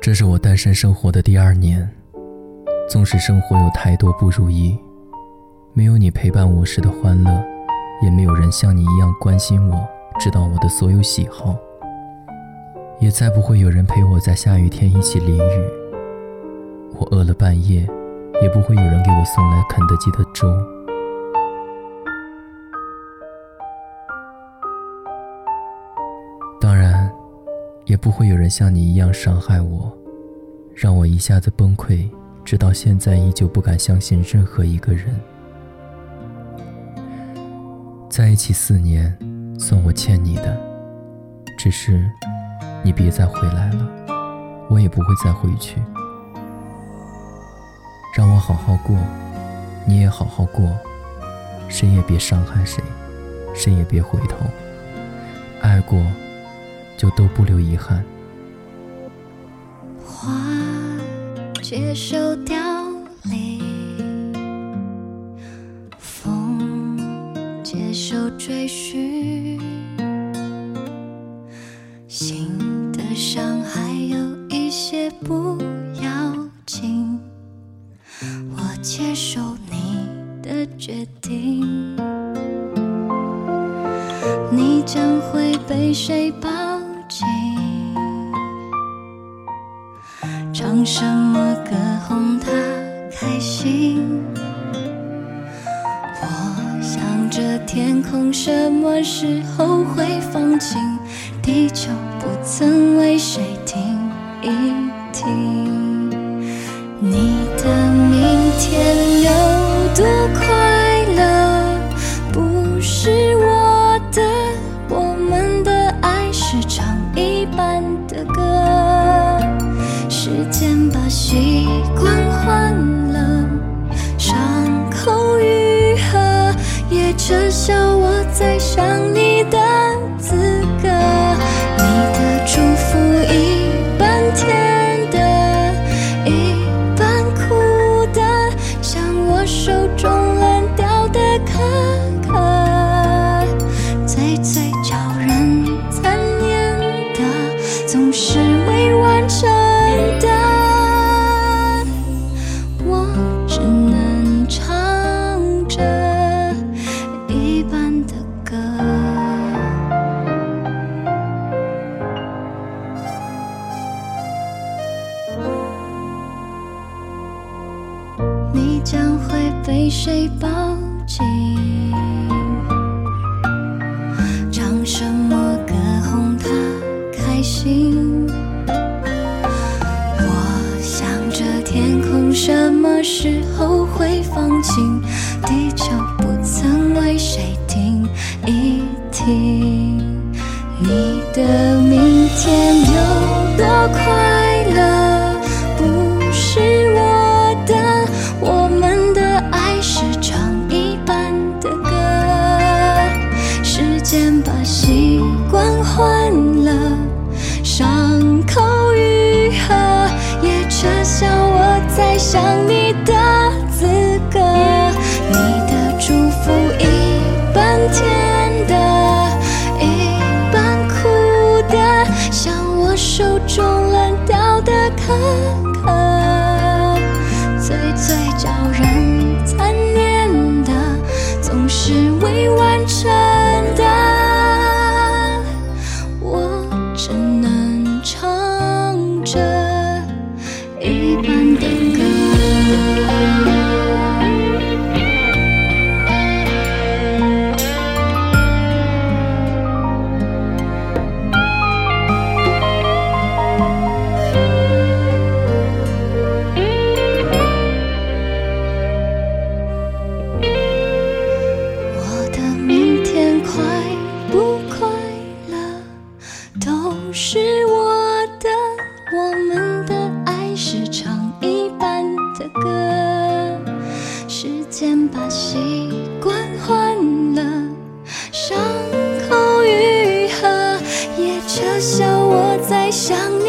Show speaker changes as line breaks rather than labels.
这是我单身生活的第2年，纵使生活有太多不如意，没有你陪伴我时的欢乐，也没有人像你一样关心我，知道我的所有喜好，也再不会有人陪我在下雨天一起淋雨。我饿了半夜，也不会有人给我送来肯德基的粥。当然，也不会有人像你一样伤害我，让我一下子崩溃，直到现在依旧不敢相信任何一个人。在一起4年，算我欠你的，只是你别再回来了，我也不会再回去。让我好好过，你也好好过，谁也别伤害谁，谁也别回头，爱过就都不留遗憾。
花接受凋零，风接受追寻，心的伤还有一些不要紧，我接受你的决定。你将会被谁抱紧？唱什么歌哄他开心？我想着天空什么时候会放晴，地球不曾为谁停一停。你的明天有多快乐，不是我的，我们的爱是唱一半的歌。时间把习惯换了，伤口愈合，也撤销我再想你的资格。你的祝福一半甜的，一半苦的，像我手中烂掉的可可。最叫人残念的，总是未完成的，我只能唱着一半的歌。你将会被谁抱紧？唱什么歌哄他开心？我想着天空什么时候会放晴，地球不曾为谁停一停。你的明天有多快乐，不是我的，我们的爱是唱一半的歌。时间把习惯换了，伤口愈合，也撤销我再想你的资格。你的祝福一半甜的，一半苦的，像我手中烂掉的可可。最叫人残念的，总是未完成的，我只能唱着一半的歌。我的明天快不快乐，都是我的，我们的爱是唱一半的歌。时间把习惯换了，伤口愈合，也撤销我再想